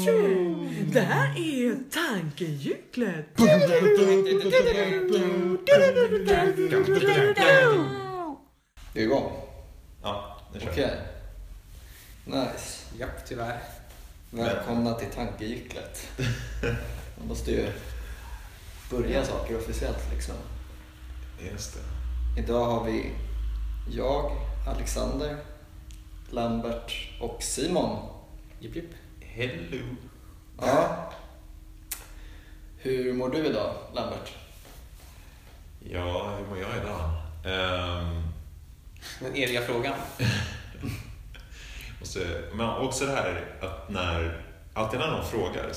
Det här är Tankegycklet. Det är igång. Ja, det kör. Okej. Nice. Japp, tyvärr. Välkomna till Tankegycklet. Man måste ju börja saker officiellt liksom. Just det. Idag har vi jag, Alexander, Lambert och Simon. Jipp, jipp. Hello. Ja. Hur mår du idag, Lambert? Ja, hur mår jag idag? Den eviga frågan. Men också det här att alltid när någon frågar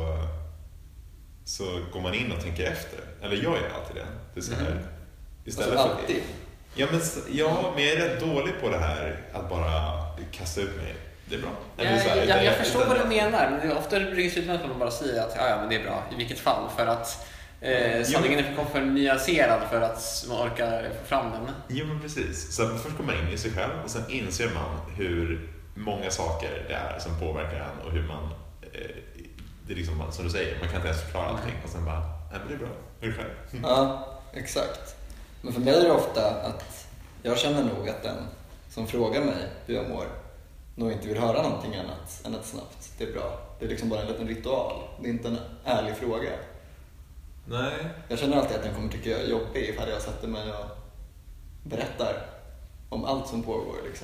så går man in och tänker efter. Eller jag gör alltid det. Det är så här, istället alltså alltid? Men jag är rätt dålig på det här att bara kasta ut mig. Det är bra. Jag förstår vad du menar, men det är ofta brukar det att man bara säger att ja, men det är bra i vilket fall, för att sanningen är för nyanserad för att man orkar få fram den. Jo, men precis. Så först kommer man in i sig själv och sen inser man hur många saker det är som påverkar en och hur man det är liksom, som du säger, man kan inte ens förklara allting och sen bara, nej men det är bra, hur är det själv? Ja, exakt. Men för mig är det ofta att jag känner nog att den som frågar mig hur jag mår nog inte vill höra någonting annat än att snabbt, det är bra. Det är liksom bara en liten ritual, det är inte en ärlig fråga. Nej. Jag känner alltid att den kommer tycka jag är jobbig ifall jag sätter mig och berättar om allt som pågår liksom.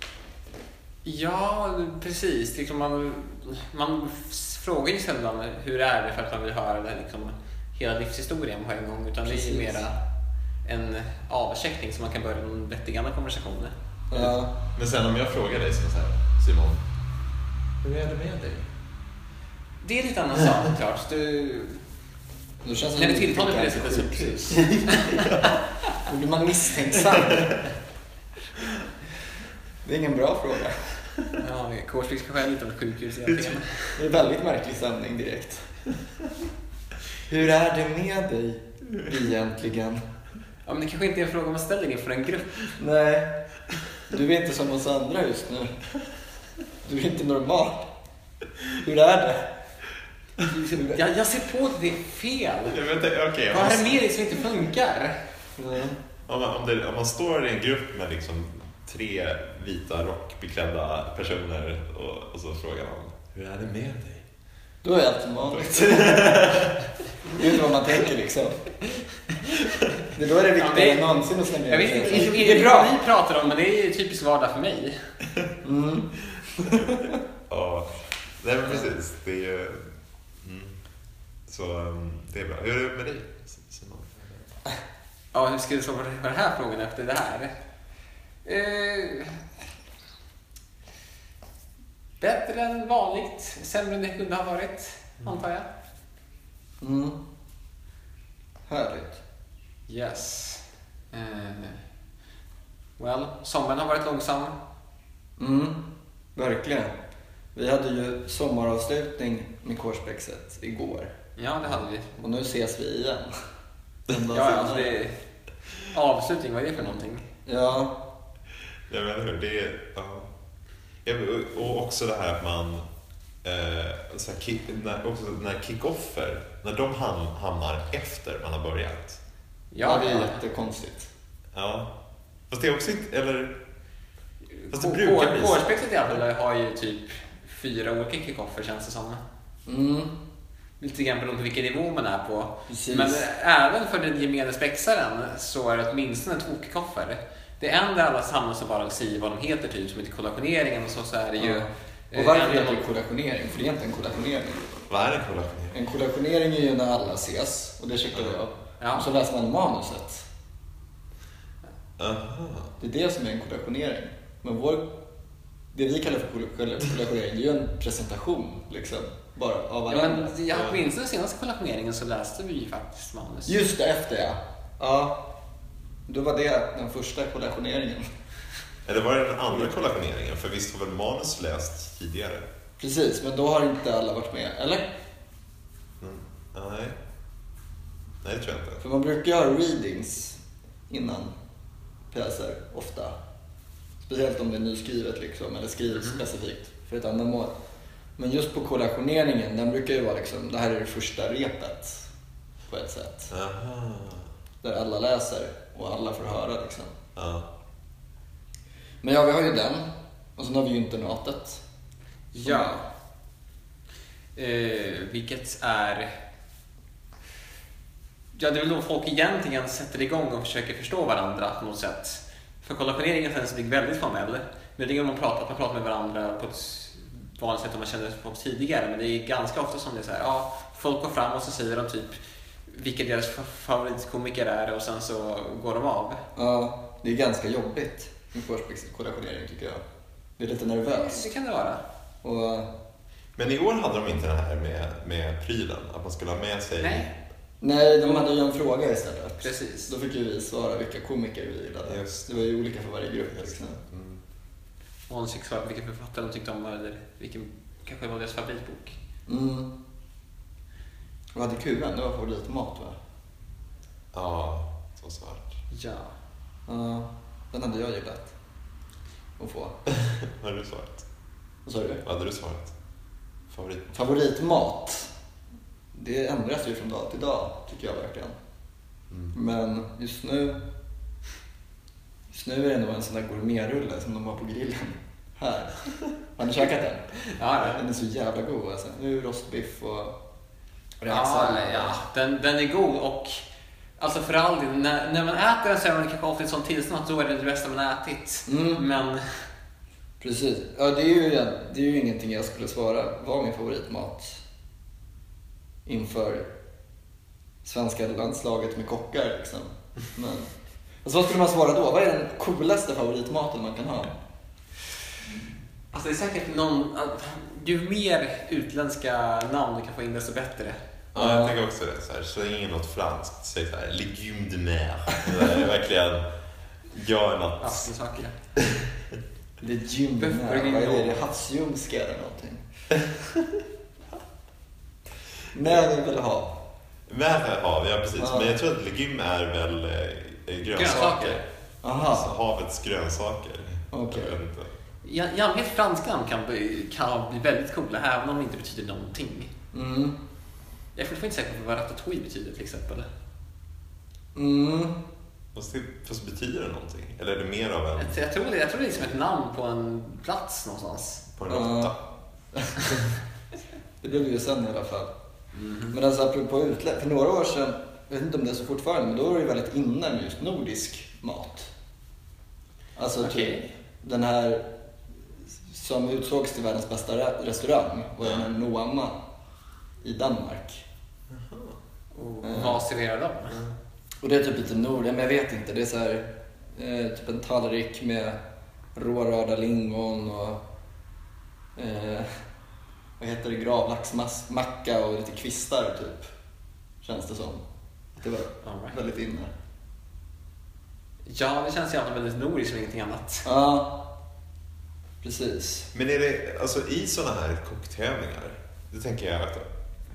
Ja, precis. Liksom man frågar ju sällan hur är det för att man vill höra det, liksom, hela livshistorien på en gång, utan precis. Det är ju mera en avcheckning så man kan börja en vettig annan konversation. Ja. Men sen om jag frågar dig så här, Simon, hur är det med dig? Det är lite annan sak, klart. Då känns när du tilltalar på det sättet så precis. Då blir man misstänksam. Det är ingen bra fråga. Ja, Korsvik ska skälla lite om sjukhus egentligen. Det är väldigt märklig stämning direkt. Hur är det med dig egentligen? Ja, men det kanske inte är en fråga man ställer inför en grupp. Nej, du är inte som oss andra just nu. Du är inte normal. Hur är det? Jag ser på att det är fel. Okay, vad är det med dig som inte funkar? Mm. Om man står i en grupp med liksom 3 vita rockbeklädda personer och så frågar man, hur är det med dig? Då är allt som vanligt. Det är inte vad man tänker liksom. Det då är det viktigt att någonsin att slänga. Jag vet inte, det är bra vi pratar om, men det är ju typiskt vardag för mig. Mm. Ja, nej men precis. Det är ju... Så det är bra. Hur är det med dig, Simon? Ja, hur ska du svara på den här frågan efter det här? Bättre än vanligt, sämre än det kunde ha varit, antar jag. Härligt. Yes. Sommaren har varit långsam. Verkligen. Vi hade ju sommaravslutning med Korsbäckset igår. Ja, det hade vi. Och nu ses vi igen. Ja, alltså det... Avslutning, vad är det för någonting? Ja. Jag menar hur, det är... Ja. Och också det här att man... när kick-offer, när de hamnar efter man har börjat. Ja, det är jättekonstigt. Ja. Fast det är också inte... Eller... Fast det brukar bli så. Kårspexet i alla fall har ju typ 4 olika kick-offer, känns det som. Lite grann beroende på vilken nivå man är på. Precis. Men även för den gemene spexaren så är det åtminstone 2 kick-offer. Det är en där alla samlas och bara säger vad de heter, typ som heter kollationeringen, och så är det ju... Och varför heter det kollationering? För det är inte en kollationering. Vad är en kollationering? En kollationering är ju när alla ses, och det checkar vi av. Ja. Och så läser man manuset. Aha. Det är det som är en kollationering. Men det vi kallar för kollationering, det är ju en presentation liksom, bara av varandra. Ja, men jag minns den senaste kollationeringen så läste vi ju faktiskt manus. Just det, efter ja. Då var det den första kollationeringen. Eller var det den andra kollationeringen? För visst var väl manus läst tidigare? Precis, men då har inte alla varit med, eller? Nej, det tror jag inte. För man brukar ha readings innan pjäser, ofta. Speciellt om det är nyskrivet liksom, eller skrivet specifikt för ett ändamål. Men just på kollationeringen, den brukar ju vara liksom, det här är det första repet på ett sätt. Aha. Där alla läser och alla får höra liksom. Ja. Men ja, vi har ju den. Och sen har vi ju internatet. Ja. Vilket är... Ja, det är väl då folk egentligen sätter igång och försöker förstå varandra på något sätt. För kollationeringen känns väldigt formell. Men det är om man pratar med varandra på ett vanligt sätt om man känner folk tidigare. Men det är ganska ofta som det är så här, ja, folk går fram och så säger de typ vilka deras favoritkomiker är och sen så går de av. Ja, det är ganska jobbigt med förspektkollationering tycker jag. Det är lite nervöst. Det kan det vara. Och... Men i år hade de inte det här med prylen, att man skulle ha med sig... Nej, de hade ju en fråga istället. Precis. Då fick ju vi svara vilka komiker vi gillade. Just. Det var ju olika för varje grupp. Liksom. Mm. Och hon fick svara vilken författare de tyckte om eller vilken kanske var deras favoritbok. Mm. Vad hade kuben? Det var favoritmat va? Ja, så svart. Ja. Ja, den hade jag gillat att få. Vad hade du svarat? Vad sa du? Vad hade du svarat? Favoritmat? Det ändras ju från dag till dag, tycker jag verkligen. Mm. Men just nu är det nog en sån där gourmetrulle som de har på grillen här. Har ni käkat den? Ja, Den är så jävla god alltså. Nu rostbiff och ja. Den är god och alltså för all del, när man äter den så är man kanske ofta i ett sånt tillstånd att då är det bästa man ätit. Mm. Men... Precis. Ja, det är ju ingenting jag skulle svara var min favoritmat inför svenska landslaget med kockar liksom. Men alltså, vad skulle man svara då? Vad är den coolaste favoritmaten man kan ha? Alltså det är säkert någon... Ju mer utländska namn du kan få in desto bättre. Ja, jag tänker också det. Så här, släng in något franskt. Säg så här, légumes de mer. Det är verkligen... Gör något. Ja, det är saker. Légumes de mer. Vad är det? Havsljungska eller någonting? Nej, vi vill ha. Mer har vi, ja precis. Ja. Men jag tror att légumes är väl grönsaker. Aha. Alltså, havets grönsaker. Okej. Jag vet inte. Jag vet franska namn kan bli väldigt coola även om det inte betyder någonting. Mm. Jag är fortfarande inte säker på vad ratatouille betyder till exempel. Mm. Fast betyder det någonting? Eller är det mer av en... Jag tror det är liksom ett namn på en plats någonstans. På en råtta? Det blev ju sen i alla fall. Mm. Men alltså apropå utländsk, för några år sedan, jag vet inte om det är så fortfarande, men då var det väldigt inne med just nordisk mat. Alltså typ den här som utsågs till världens bästa restaurang var den här Noma i Danmark. Och vad serverar de? Och det är typ lite men jag vet inte, det är så här typ en tallrik med rårörda lingon och vad heter det, gravlaxmacka och lite kvistar typ, känns det som. Det var väldigt inne. Ja, det känns ju alltid väldigt nordiskt som ingenting annat. Ja, precis. Men är det, alltså i sådana här kocktävlingar, det tänker jag att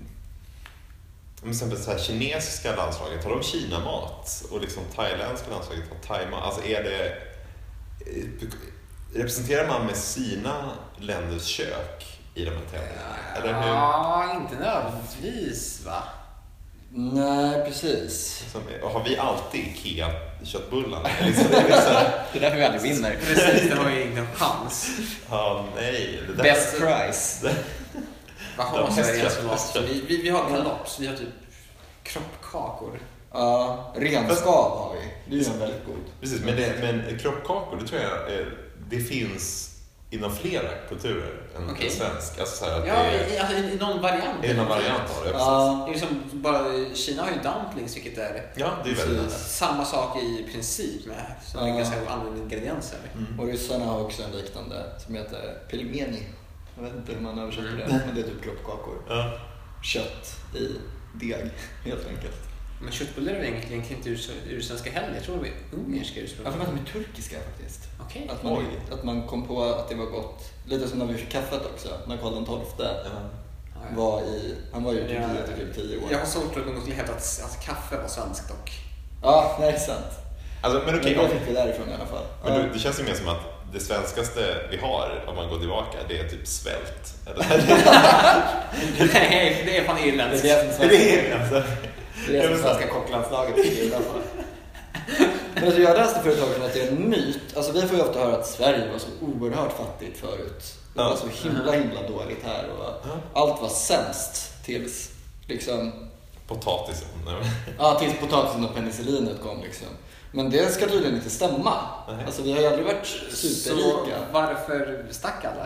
om exempel så här kinesiska landslaget, har de Kina-mat och liksom thailändska landslaget har thai-mat? Alltså är det, representerar man med sina länders kök i de här tävlingarna? Eller hur? Ja, inte nödvändigtvis va? Nej, precis. Har vi alltid Ikea-köttbullarna? Liksom, det är därför vi aldrig vinner. Precis, det har ju ingen chans. Ja, nej. Det där Best price. Vad har Sverige ens för mat? Vi har kalops, vi har typ kroppkakor. Ja, renskav har vi. Det är ju en väldigt god. Precis, men kroppkakor, det tror jag det finns inom flera kulturer än svensk. Alltså så här att i någon variant. I någon variant av det, ja. precis. Det är liksom bara, Kina har ju dumplings, vilket är det är väldigt samma sak i princip med som är ganska annorlunda ingredienser. Och ryssarna har också en liknande som heter pelmeni. Jag vet inte hur man översätter det, men det är typ kroppkakor. Ja. Kött i deg, helt enkelt. Men köttbullar är egentligen inte ursvenska heller. Jag tror det är ungerska ursprung. Jag tror att de är turkiska faktiskt. Okej. Att man kom på att det var gott. Lite som när vi fick kaffet också, när Karl XII var i... Han var ju i Turkiet i typ 10 år. Jag har så otroligt någon skulle hävda att kaffe var svenskt dock. Ja, nej, sant. Alltså, men okej, då fick vi därifrån i alla fall. Men det känns ju mer som att det svenskaste vi har, om man går tillbaka, det är typ svält. Eller? Nej, det är fan irländskt. Det är Jag som vet svenska kocklandslaget tycker i alla fall. Men alltså, jag läste för ett tag sedan att det är en myt. Alltså vi får ju ofta höra att Sverige var så oerhört fattigt förut. Det var så himla dåligt här och allt var sämst tills liksom Potatisen. ja, tills potatisen och penicillinet kom liksom. Men det ska tydligen inte stämma. Alltså vi har ju aldrig varit superrika. Så varför stack alla?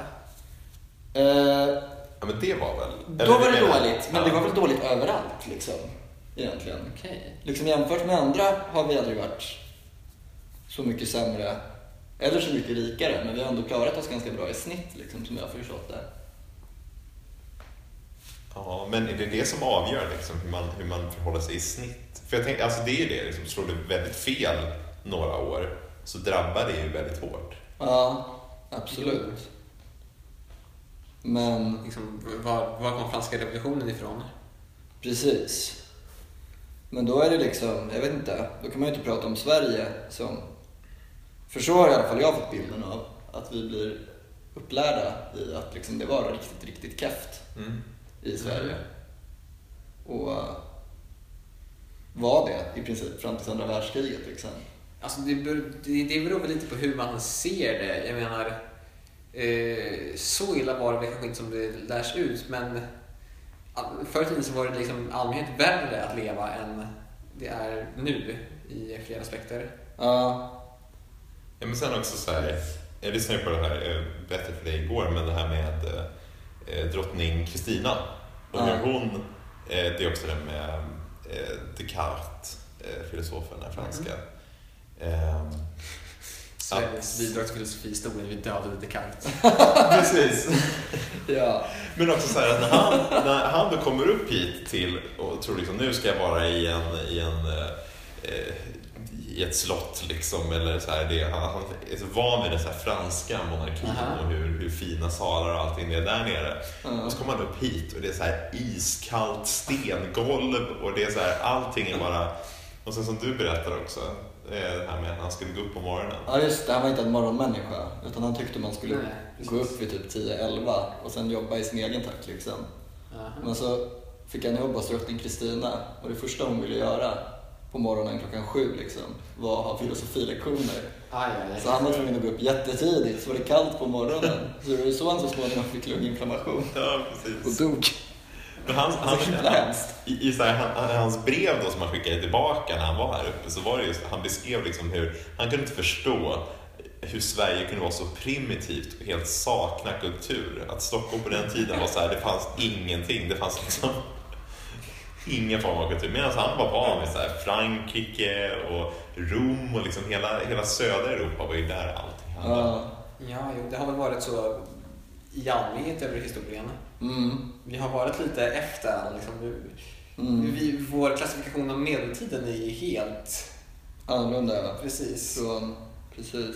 Ja, men det var väl... Då var det dåligt, men det var väl dåligt överallt liksom. Egentligen. Okej. Liksom jämfört med andra har vi aldrig varit så mycket sämre eller så mycket rikare, men vi har ändå klarat oss ganska bra i snitt liksom, som jag har förstått det. Ja, men är det det som avgör liksom, hur man förhåller sig i snitt? För jag tänker, alltså det är ju det, liksom, slår det väldigt fel några år så drabbar det ju väldigt hårt. Ja, absolut. Men Liksom, var kom franska revolutionen ifrån? precis. Men då är det liksom, jag vet inte, då kan man ju inte prata om Sverige som, för så har i alla fall jag fått bilden av att vi blir upplärda i att liksom det var riktigt keft i Sverige. Och var det i princip fram till andra världskriget liksom. Alltså det beror väl lite på hur man ser det. Jag menar, så illa var det kanske inte som det lärs ut, men förr i tiden så var det liksom allmänhet värre att leva än det är nu i flera aspekter. Ja, men sen också så här, jag lyssnade på det här, bättre för dig igår, men det här med drottning Kristina och hur hon, det är också det med Descartes, filosofen, den franska. Sveriges bidrag till filosofihistorien, vi dödade Descartes. Precis. ja. Men också så här att när han då kommer upp hit till och tror liksom nu ska jag vara i ett slott liksom, eller så här, han är så van vid den så här franska monarkin och hur fina salar och allting det är där nere. Och så kommer han upp hit och det är så här iskallt stengolv och det är så här, allting är bara, och sen som du berättar också, det här med att han skulle gå upp på morgonen. Ja just det, han var inte en morgonmänniska utan han tyckte man skulle gå upp vid typ 10-11 och sen jobba i sin egen takt liksom. Men så fick han jobb hos drottning Kristina och det första hon ville göra på morgonen 7:00 liksom var att ha filosofilektioner. Så han var tvungen att gå upp jättetidigt så var det kallt på morgonen. Så det var så han så småningom fick lunginflammation. Ja, precis. Och dog. Men i så här, hans brev då som han skickade tillbaka när han var här uppe, så var det just, han beskrev liksom hur han kunde inte förstå hur Sverige kunde vara så primitivt och helt sakna kultur. Att Stockholm på den tiden var så här, det fanns ingenting, det fanns liksom ingen form av kultur. Medan han var van med så här, Frankrike och Rom och liksom hela södra Europa var ju där allting handlade. Ja, det har väl varit så i allmänhet över historien. Vi har varit lite efter liksom, vår klassifikation av medeltiden är ju helt annorlunda. Precis. Precis.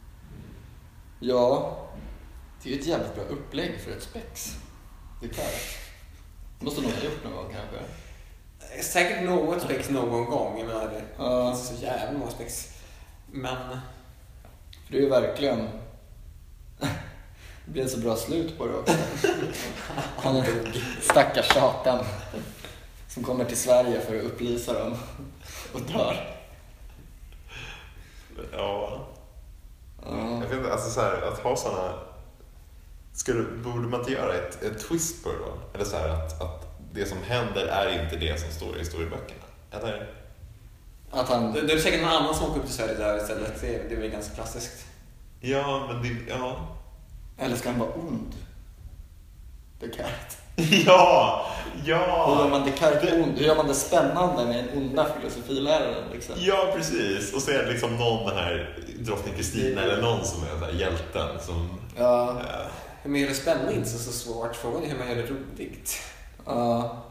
Ja, det är ju ett jävligt bra upplägg för ett spex. Det måste någon ha gjort någon gång kanske. Säkert något spex någon gång. Jag menar, det finns så jävla många spex. Men för det är ju verkligen det blir så bra slut på det också. Han är stackars satan som kommer till Sverige för att upplysa dem och dör. Ja. Jag vet inte, alltså så här, att ha såna, borde man inte göra ett twist på det då? Eller så här att det som händer är inte det som står i historieböckerna? Eller? Att han... Det är säkert någon annan som åker upp till Sverige där istället. Det är väl ganska klassiskt. Ja, men det... Ja. Eller ska han vara ond? Descartes. Ja! Hur gör man Descartes ond? Hur gör man det spännande med en onda filosofilärare? Liksom? Ja, precis. Och så är det liksom någon, den här drottning Kristina eller någon som är så här hjälten som... Ja. Hur man gör det spännande inte så svårt. Frågan är hur man gör det roligt. Ja.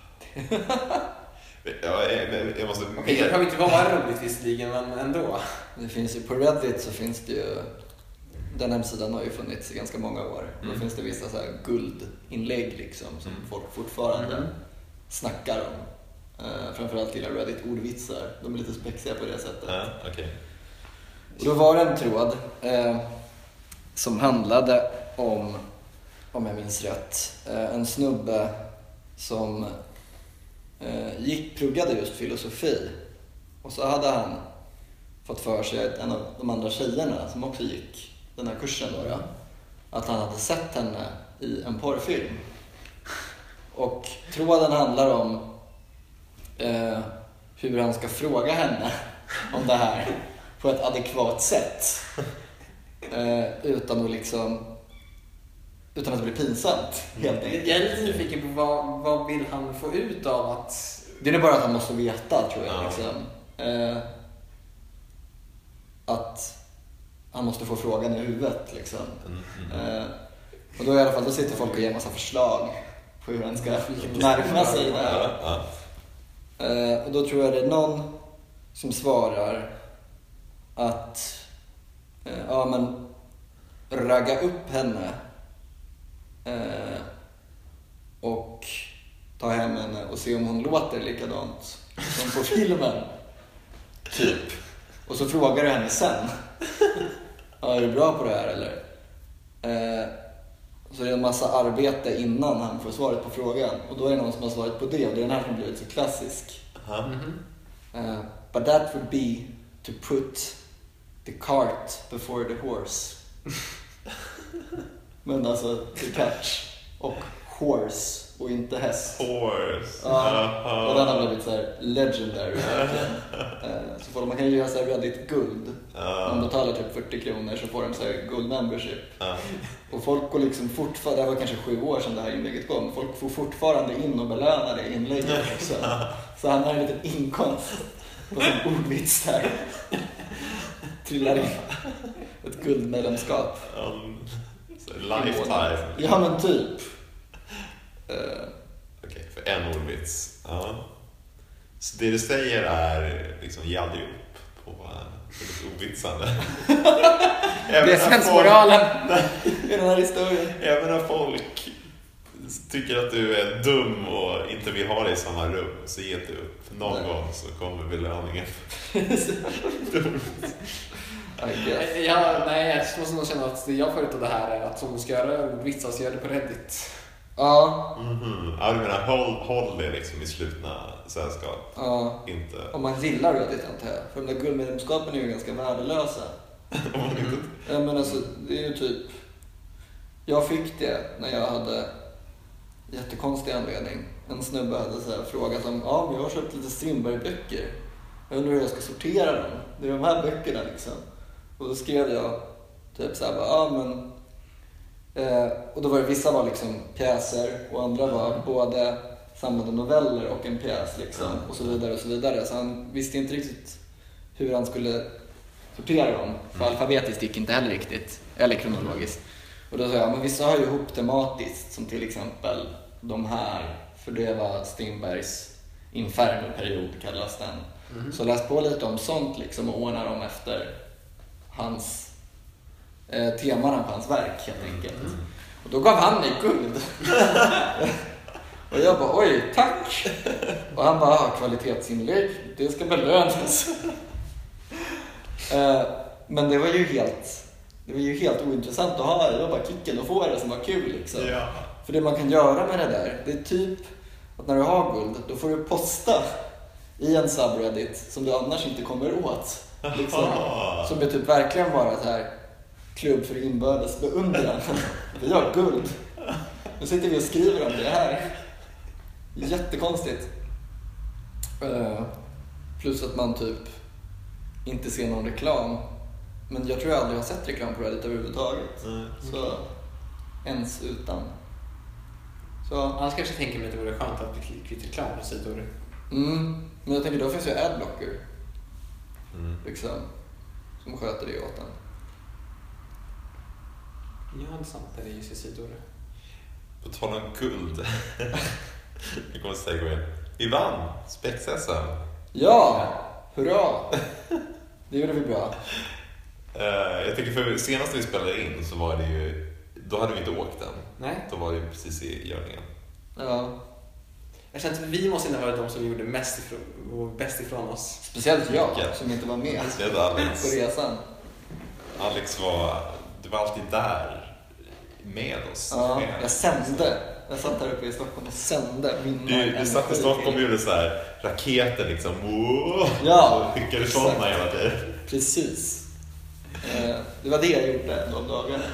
Jag måste... Okej, det kan inte vara roligt visserligen, men ändå. Det finns ju på Reddit så finns det ju... Den hemsidan har ju funnits i ganska många år. Då finns det vissa så här guldinlägg liksom, som folk fortfarande snackar om. Framförallt gillar Reddit ordvitsar. De är lite spexiga på det sättet. Okay. Och då var det en tråd som handlade om jag minns rätt, en snubbe som pluggade just filosofi. Och så hade han fått för sig att en av de andra tjejerna som också gick den här kursen då, att han hade sett henne i en porrfilm. Och tråden handlar om hur han ska fråga henne om det här på ett adekvat sätt. Utan att det blir pinsamt, helt enkelt. Jag är lite nyfiken på vad vill han få ut av att... Det är bara att han måste veta, tror jag. Att han måste få frågan i huvudet. Och då i alla fall, då sitter folk och ger en massa förslag på hur han ska närma sig det här. Och då tror jag det är någon som svarar att ragga upp henne och ta hem henne och se om hon låter likadant som på filmen, typ. Och så frågar du henne sen: är du bra på det här eller? Så det är en massa arbete innan han får svaret på frågan. Och då är det någon som har svarat på det. Och det är den här som blivit så klassisk. But that would be to put the cart before the horse. Men alltså, the catch. Och horse och inte häst. Horse. Ja, och den har blivit så här legendary. Så man kan ju göra så här Reddit guld. Om man betalar typ 40 kronor så får de så här guld membership. Och folk går liksom fortfarande, det var kanske 7 år sedan det här inlägget kom, folk får fortfarande in och belöna det inlägget också. Så han har en liten inkomst på en ordvits där. Trillar in ett guldmedlemskap. Lifetime. Ja, men typ. Okej, för en ordvits. Ja. Så det du säger är liksom, ge aldrig upp på lite ordvitsande. Det är sensmoralen i den här historien. Även när folk tycker att du är dum och inte vill ha dig i samma rum, så ge inte upp. Någon gång så kommer belöningen. Jag måste nog känna att det jag förutom det här är att om du ska göra ordvitsar så gör det på Reddit. Ja. Ja, du menar håll det liksom i slutna sällskap. Ja. Inte. Om man gillar Reddit, antar jag. För de där guldmedlemskapen är ju ganska värdelösa. Ja, men alltså, det är ju typ... Jag fick det när jag hade jättekonstig anledning. En snubbe hade så här frågat om, men jag har köpt lite Strindberg-böcker. Jag undrar hur jag ska sortera dem. Det är de här böckerna liksom. Och då skrev jag typ så här, och då var det, vissa var liksom pjäser och andra var både samlade noveller och en pjäs liksom, och så vidare och så vidare. Så han visste inte riktigt hur han skulle sortera dem. För alfabetiskt gick inte heller riktigt, eller kronologiskt. Och då sa jag, men vissa har ju ihop tematiskt, som till exempel de här, för det var Strindbergs Inferno-period kallas den. Så läs på lite om sånt liksom och ordna dem efter hans teman på hans verk helt enkelt. Och då gav han mig guld. Och jag bara, oj, tack. Och han bara, kvalitetsinlägg, det ska belönas. Men det var ju helt ointressant att ha. Det var bara kicken och få det som var kul liksom. Ja. För det man kan göra med det där, det är typ att när du har guld, då får du posta i en subreddit som du annars inte kommer åt. Liksom. Som är typ verkligen bara så här klubb för inbördes beundran. Vi har guld. Nu sitter vi och skriver om det här. Jättekonstigt. Plus att man typ inte ser någon reklam. Men jag tror jag aldrig har sett reklam på Reddit överhuvudtaget. Så ens utan. Så. Annars kanske jag tänker mig att det vore skönt att bli kvitt reklam på sidor. Men jag tänker, då finns ju adblocker. Liksom. Som sköter det åt den. Ja, det är sant. Det är just i sidor. På tal om guld. Vi kommer säga igen. Vi vann Spex-SM. Ja, hurra. Det gjorde vi bra. Jag tycker för senast vi spelade in så var det ju, då hade vi inte åkt än. Nej. Då var det ju precis i görningen. Ja. Jag känner att vi måste inte vara de som gjorde bäst ifrån oss. Speciellt jag som inte var med Speciellt Alex. på resan. Alex var du var alltid där med oss. Ja, med. jag sände. Jag satt här uppe i Stockholm och sände min Du satt i Stockholm och gjorde så här raketer liksom. Ja, och skickade ifrån mig hela tiden. Precis. Det var det jag gjorde de dagarna.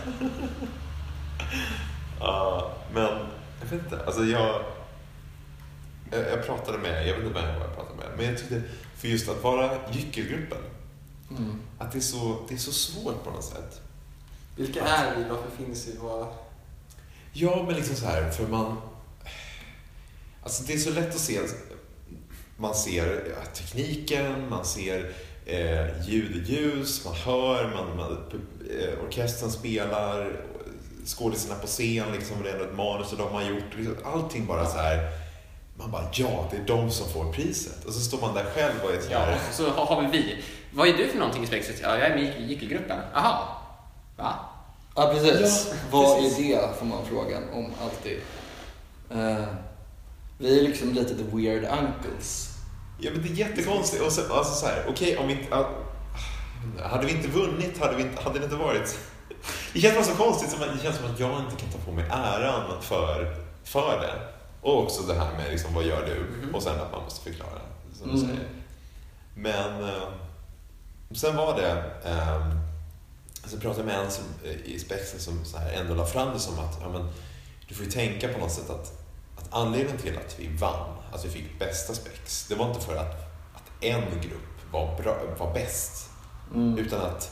Ja, men jag vet inte. Alltså jag pratade med, jag vet inte vem jag pratade med, men jag tyckte för just att vara gyckelgruppen, att det är så svårt på något sätt. Vilka är vi? Varför finns vi? Ja, men liksom så här, för alltså det är så lätt att se, man ser tekniken, man ser ljud och ljus, man hör, orkestern spelar, skådespelarna på scen, liksom, det är ett manus och de har gjort, liksom, allting bara så här. Man bara, ja, det är de som får priset. Och så står man där själv och är så här. Ja, och så har vi. Vad är du för någonting i Spexet? Ja, jag är med i gyckelgruppen. Aha. Va? Ja, precis. Ja, Vad precis. är det, får man frågan om alltid. Vi är liksom lite the weird uncles. Ja, men det är jättekonstigt. Och så, alltså så här, okej, om vi inte... hade vi inte vunnit, hade det inte varit... Det känns bara så konstigt. Det känns som att jag inte kan ta på mig äran för det. Och också det här med liksom, vad gör du? Och sen att man måste förklara, som du säger. Men sen var det... så pratade jag med en som, i Spexen som så här, ändå la fram det som att ja, men, du får ju tänka på något sätt att anledningen till att vi vann, att vi fick bästa Spex, det var inte för att en grupp var bäst, utan att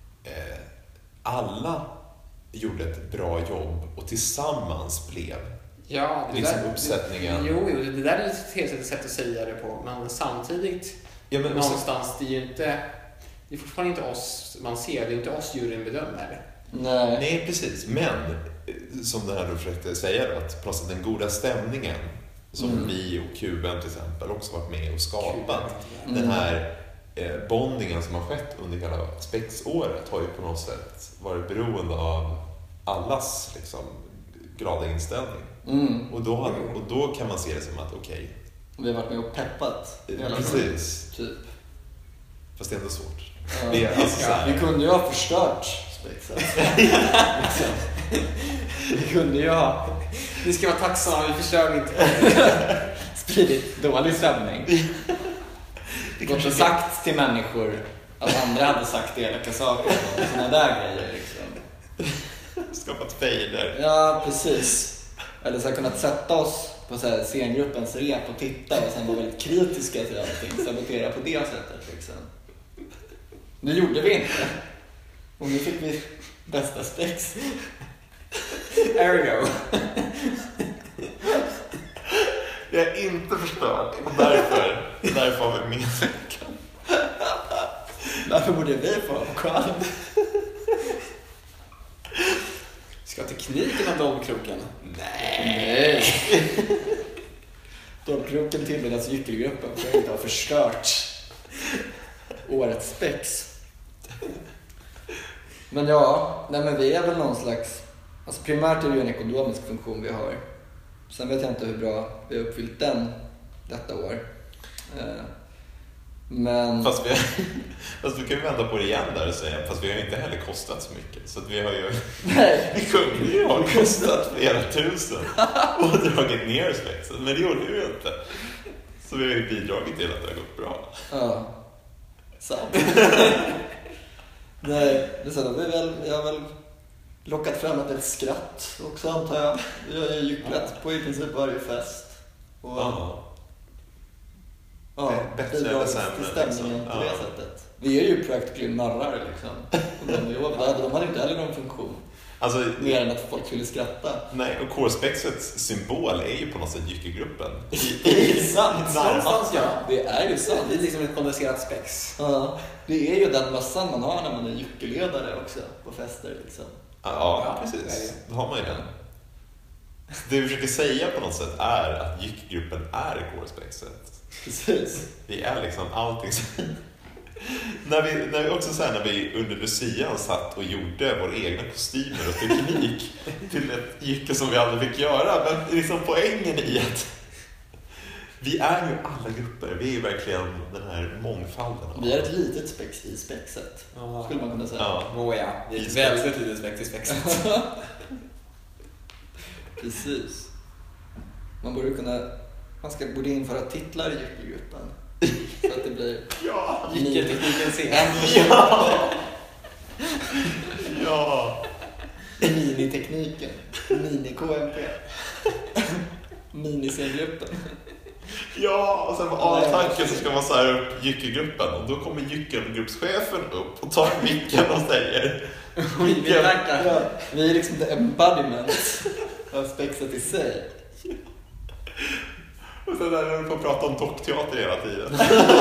alla gjorde ett bra jobb och tillsammans blev liksom uppsättningen. Jo, det där är ett helt sätt att säga det på, men samtidigt någonstans, det är ju inte, det är fortfarande inte oss man ser, det är inte oss juryn bedömer. Nej, precis. Men som den här du försökte säga då, att på något sätt den goda stämningen som vi och Kuben till exempel också varit med och skapat. Den här bondingen som har skett under hela Spex-året har ju på något sätt varit beroende av allas liksom glada inställning. Och då kan man se det som att okej. Vi har varit med och peppat. Precis. Typ. Fast det är ändå svårt. Vi kunde ju ha förstört Spexet. Vi kunde ju ha... Vi ska vara tacksamma, vi förstör inte. Spridit dålig stämning. Gått och sagt till människor att andra hade sagt elaka saker och såna där grejer liksom. Skapat fejder. Ja, precis. Eller så har kunnat sätta oss på så här scengruppens rep och titta och sen vara väldigt kritiska till allting. Sabotera på det sättet liksom. Det gjorde vi inte. Och nu fick vi bästa Spex. There we go. Jag är inte förstörd. Och därför har vi med veckan. Därför borde vi få själv. Ska tekniken av Dolmkroken? Nej. Dolmkroken tilldelas gyckelgruppen för att inte ha förstört årets Spex. Men ja, men vi är väl någon slags... Alltså primärt är det ju en ekonomisk funktion vi har. Sen vet jag inte hur bra vi har uppfyllt den detta år. Men... Fast vi kan ju vända på det igen där och säga, fast vi har ju inte heller kostat så mycket. Så att vi har ju... Nej. Vi kunde ju ha kostat flera tusen och dragit ner Spexet, men det gjorde vi ju inte. Så vi har ju bidragit till att det har gått bra. Ja, sant. Nej, det är så att jag har väl lockat fram ett skratt också, antar jag. Vi har ju gycklat på i princip varje fest. Och bättre bidragit eller till sämre, stämningen liksom. på det sättet. Vi är ju practically narrar liksom. De hade inte heller någon funktion. Alltså, mer än att folk skulle skratta. Nej, och Core-Spexets symbol är ju på något sätt gyckelgruppen. Det är sant. Någonstans, ja. Det är ju sant. Det är liksom ett kondenserat spex. Ja, det är ju den mössan man har när man är gyckelledare också på fester liksom. Ja, precis. Då har man ju den. Det vi försöker säga på något sätt är att gyckgruppen är Core-Spexet. Precis. Vi är liksom allting. När vi också så här, när vi under Lucian satt och gjorde våra egna kostymer och teknik till ett gyckel som vi aldrig fick göra, men liksom poängen i att Vi är ju alla grupper. Vi är ju verkligen den här mångfalden. Vi är ett litet spex i spexet, skulle man kunna säga. Ja. Vi är ett väldigt litet spex i spexet. Precis. Man borde införa titlar i gyckelgruppen. Så att det blir... Ja! Gyckeltekniken scen. Ja! Minitekniken. Mini-KMP. Miniscengruppen. Ja, och sen på avtanken så ska man säga upp gyckelgruppen. Och då kommer gyckelgruppschefen upp och tar micken och säger... Vi är liksom the embodiment av spexet i sig. Och sen är vi på att prata om dockteater hela tiden.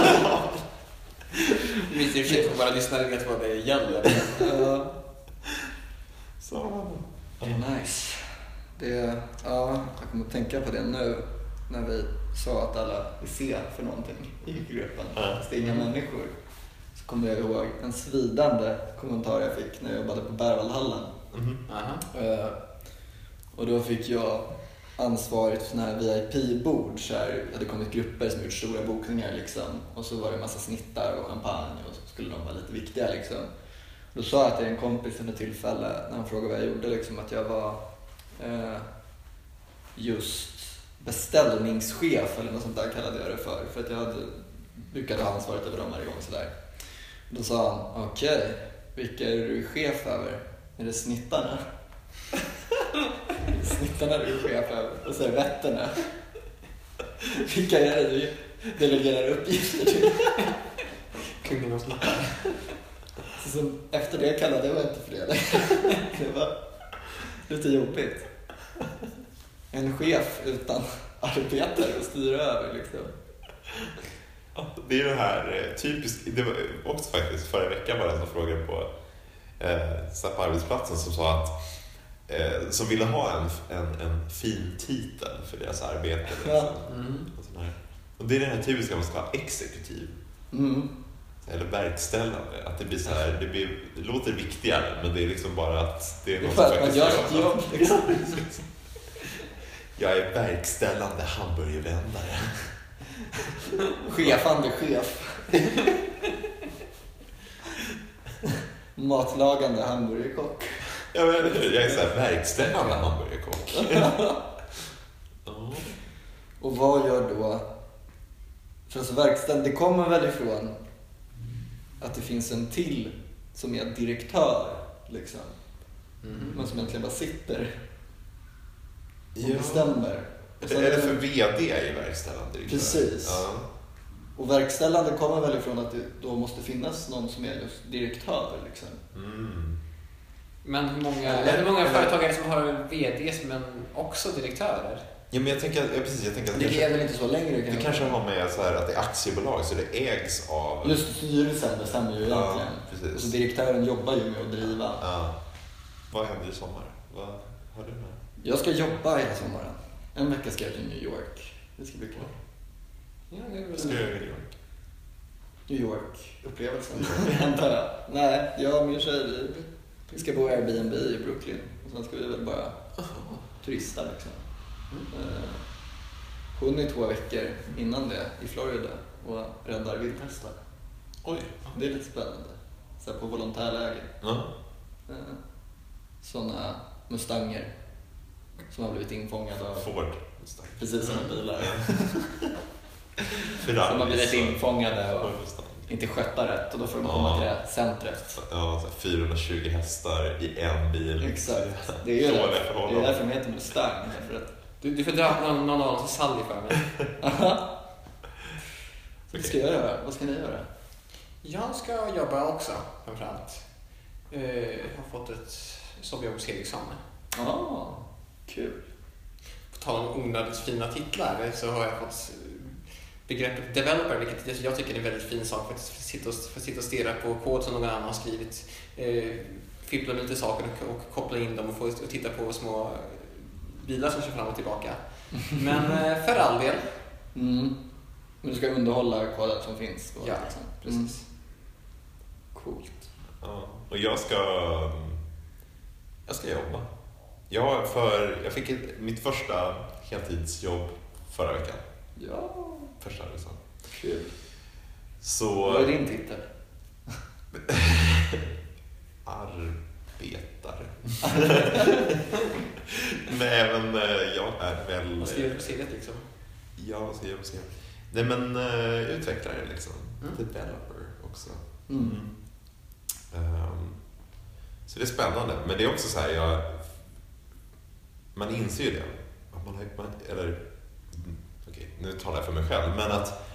Vi ser shit på bara lyssnare vet vad det gäller. Så. Det är nice. Jag kommer att tänka på det nu när vi sa att alla är se för någonting i gruppen. Fast det är inga människor. Så kommer jag ihåg en svidande kommentar jag fick när jag jobbade på Berwaldhallen. Och då fick jag ansvaret för såna här VIP-bord. Så här, det hade kommit grupper som gjort stora bokningar liksom. Och så var det en massa snittar och champagne och så skulle de vara lite viktiga liksom. Då sa jag till en kompis under tillfälle när han frågade vad jag gjorde liksom, att jag var just beställningschef eller något sånt där kallade jag det för att jag brukade ha ansvaret över dem varje gång sådär. Då sa han, okej, vilka är du chef över? Är det snittarna? Snittarna är du chef över och servetterna. Vilka är det du delegerar uppgifter till? Kungen och snittar. Så efter det kallade jag inte för det. Det var lite jobbigt. En chef utan arbetare att styra över liksom. Det är det här typiskt. Det var också faktiskt förra veckan var det som frågade på arbetsplatsen som sa att som ville ha en fin titel för deras arbete liksom. Och det är den här typiska man ska ha exekutiv eller verkställande, att det blir så här, det låter viktigare men det är liksom bara att det är något som faktiskt gör jobb liksom. Jag är verkställande hamburgervändare. Chefande chef. Matlagande hamburgerkock. Jag är så här verkställande hamburgerkock. Och vad gör då? För alltså verkställande, det kommer väl ifrån att det finns en till som är direktör liksom. Men som egentligen bara sitter och bestämmer. Och är det för vd i verkställande direktör? Precis. Och verkställande kommer väl ifrån att det då måste finnas någon som är just direktör liksom. Men hur många företagare som har vds men också direktörer? Ja, men jag tänker att det är väl inte så längre. Det kanske har med så här att det är aktiebolag så det ägs av... Just styrelsen bestämmer ju egentligen. Precis. Och så direktören jobbar ju med att driva. Vad händer i sommar? Vad har du med? Jag ska jobba hela sommaren. En vecka ska jag till New York. Det ska bli kul. Ja, det är väl ska jag i New York? New York-upplevelsen. Nej, jag och min tjej vi ska bo i Airbnb i Brooklyn. Och sen ska vi väl bara turista liksom. Hon är 2 veckor innan det i Florida och räddar vildhästar. Oj. Det är lite spännande. Så här på volontärläger. Såna mustanger som har blivit infångade av Ford. Precis som bilar. Som har blivit infångade och inte skötta rätt och då får de komma till det centret. Ja, så 420 hästar i en bil. Exakt. Det är ju därför de heter Mustang. Du får dra någon av dem till Sally för mig. Vad ska jag göra? Vad ska ni göra? Jag ska jobba också, framförallt. Jag har fått ett jobb hos Ericsson. Kul. På tal om onödigt fina titlar så har jag fått begreppet developer, vilket jag tycker är en väldigt fin sak för att sitta och stirra på kod som någon annan har skrivit. Fippla lite saker och koppla in dem och titta på små bilar som kör fram och tillbaka. Men för all del. Men du ska underhålla kodet som finns. Ja, precis. Coolt. Ja, och jag ska jobba. Jag fick mitt första heltidsjobb förra veckan. Ja. Förstörelsen. Kul. Så... Vad är din titel? Arbetare. Nej, men jag är väl... Vad skriver du på CV:t liksom? Ja, vad ska jag säga? Nej, men utvecklare liksom. Developer också. Så det är spännande. Men det är också så här, man inser ju det. Att okej, nu talar jag för mig själv. Men att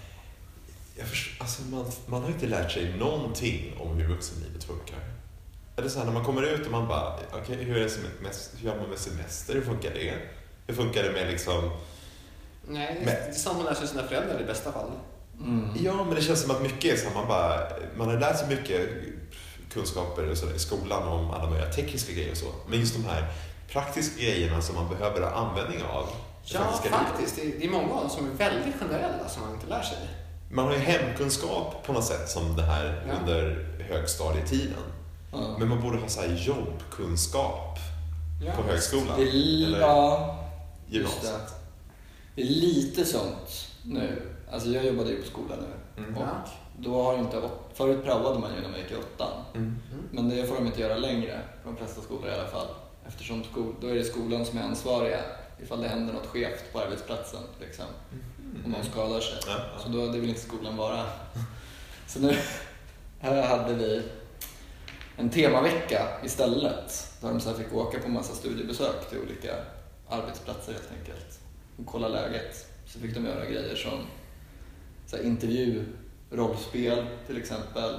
man har inte lärt sig någonting om hur vuxenlivet funkar. Eller så här, när man kommer ut och man bara, okej, hur gör man med semester? Hur funkar det? Hur funkar det med liksom... Nej, det är som man lär sig sina föräldrar i bästa fall. Ja, men det känns som att mycket är så man har lärt sig mycket kunskaper och så i skolan om alla möjliga tekniska grejer och så. Men just de här praktiska grejerna som man behöver ha användning av. Ja, faktiskt. Det är många av dem som är väldigt generella som man inte lär sig. Man har ju hemkunskap på något sätt som det här under högstadietiden. Men man borde ha så här jobbkunskap på högskolan. Just det. Det är lite sånt nu. Alltså jag jobbade ju på skolan nu. Och då har inte... Förut praoade man ju när man gick i 8:an. Men det får de inte göra längre. På de flesta skolor i alla fall. Eftersom då är det skolan som är ansvariga. Ifall det händer något skevt på arbetsplatsen. Liksom. Om någon skadar sig. Så då det vill inte skolan vara. Så nu här hade vi en temavecka istället. Där de så fick åka på massa studiebesök till olika arbetsplatser helt enkelt. Och kolla läget. Så fick de göra grejer som så här, intervju, rollspel till exempel.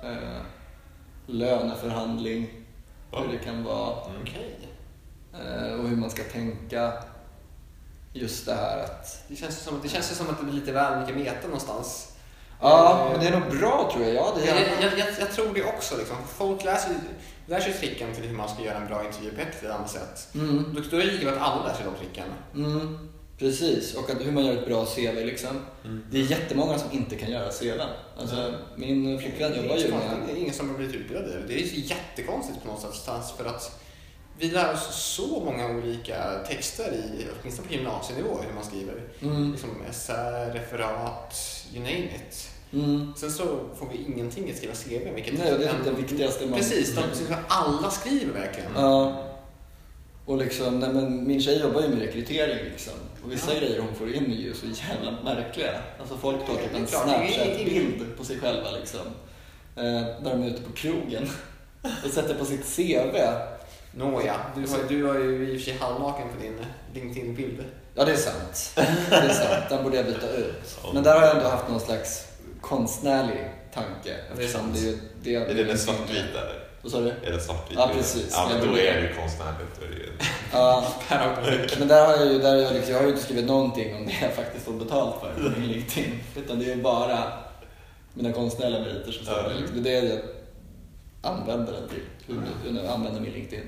Löneförhandling. Hur det kan vara. Och hur man ska tänka. Just det här att... Det känns som att det blir lite väl mycket meta någonstans. Ja, men det är nog bra tror jag. Jag tror det också. Liksom. Folk lär sig tricken till hur man ska göra en bra intervju på ett eller annat sätt. Då är det lika bra att alla lär sig de tricken. Precis, och att hur man gör ett bra CV liksom. Det är jättemånga som inte kan göra CV. Alltså, min flickvän jobbar ju med... Det är ingen som har blivit utbildad. Det är så jättekonstigt på något sätt. För att vi lär oss så många olika texter åtminstone på gymnasienivå hur man skriver. Liksom SR, referat, you name it. Sen så får vi ingenting att skriva CV. Nej, det är det viktigaste man... Precis, alla skriver verkligen. Ja. Och liksom, min tjej jobbar ju med rekrytering liksom. Och vissa grejer hon får in är ju så jävla märkliga. Alltså folk tar typ en Snapchat-bild på sig själva liksom. När de är ute på krogen. Och sätter på sitt CV. Nåja, du har ju i och för sig halvnaken på din LinkedIn-bild. Ja, det är sant. Den borde jag byta ut. Men där har jag ändå haft någon slags konstnärlig tanke. Eftersom det är den svartvita eller? Vad sa du? Är det svartvit? Ja, precis. Ja, men då är det ju konstnärligt. Men där har jag har ju inte skrivit någonting om det jag faktiskt får betalt för på min LinkedIn. Utan det är bara mina konstnärliga meriter som står där. Det är det jag använder den till. Hur jag använder min LinkedIn.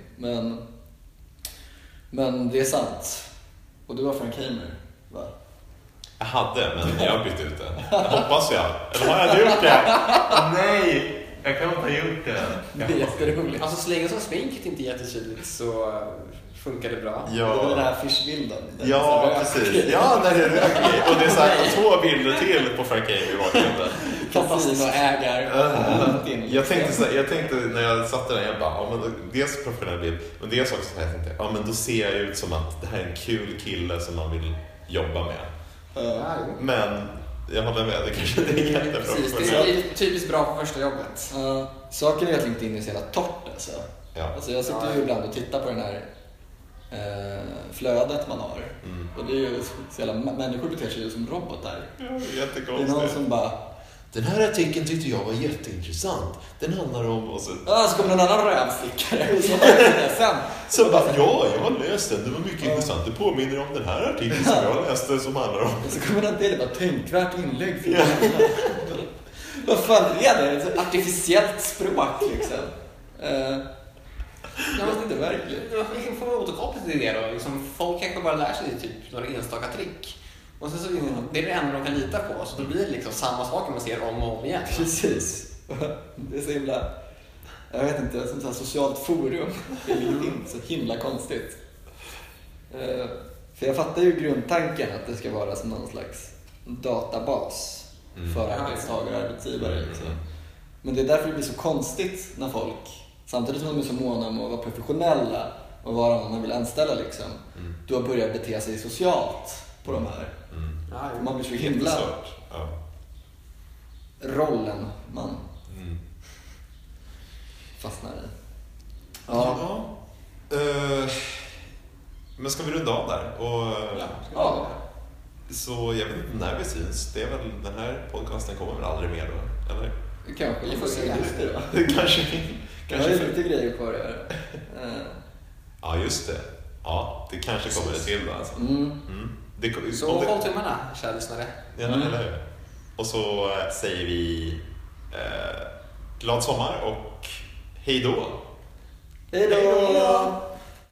Men det är sant. Och du var Frank Hamer, va? Jag hade, men jag har bytt ut det. Hoppas jag. Eller har jag gjort det? Nej! Jag kan inte ha gjort det. Det är jätteroligt. Alltså så länge som sminket inte är jättetydligt så funkar det bra. Ja. Det är den här fishbilden. Ja, precis. Ja, där är det rökig. Och det är så här 2 bilder till på Frank Hamer i bakgrunden. Kasinoägar. Jag tänkte när jag satt där, jag bara, men dels professionell bild, men dels också så här, jag tänkte, men då ser jag ut som att det här är en kul kille som man vill jobba med. Men jag håller med, det kanske inte är jättebra. Precis, det är typiskt bra på första jobbet. Saken är att LinkedIn är så jävla torrt alltså. Alltså jag sitter ju ibland och tittar på den här flödet man har. Och det är ju så jävla, människor beter sig ju som robotar. Jättekonstigt. Det är någon som bara, den här artikeln tyckte jag var jätteintressant. Den handlar om... Och så kommer någon annan rövslickare. Så bara, jag har läst den. Det var mycket intressant. Det påminner om den här artikeln som jag läste som handlar om... Och så kommer den till ett tänkvärt inlägg. Vad fan är det? Ett artificiellt språk liksom. Jag vet inte verkligen. Vi får återkoppla till det då. Liksom, folk kanske bara lär sig typ några enstaka trick. Och sen så det är det enda de kan lita på. Så då blir det liksom samma saker man ser om och om igen. Precis. Det är så himla... Jag vet inte, som så här socialt forum. Det är inte så himla konstigt. För jag fattar ju grundtanken att det ska vara som någon slags databas för arbetstagare och arbetsgivare. Liksom. Men det är därför det blir så konstigt när folk, samtidigt som de är så måna om att vara professionella och vara någon man vill anställa liksom, då börjar bete sig socialt på de här. Man blir så himla rollen man fastnar i. Men ska vi runda av där? Och, så jag vet inte när vi syns. Det är väl, den här podcasten kommer väl aldrig mer då? Eller? Kanske, vi får se just det då. kanske jag har lite grejer kvar att göra. Ja, just det. Ja, det kanske kommer det till då alltså. Så håll tummarna, kära lyssnare. Ja, eller hur? Och så säger vi glad sommar och hej då! Hej då!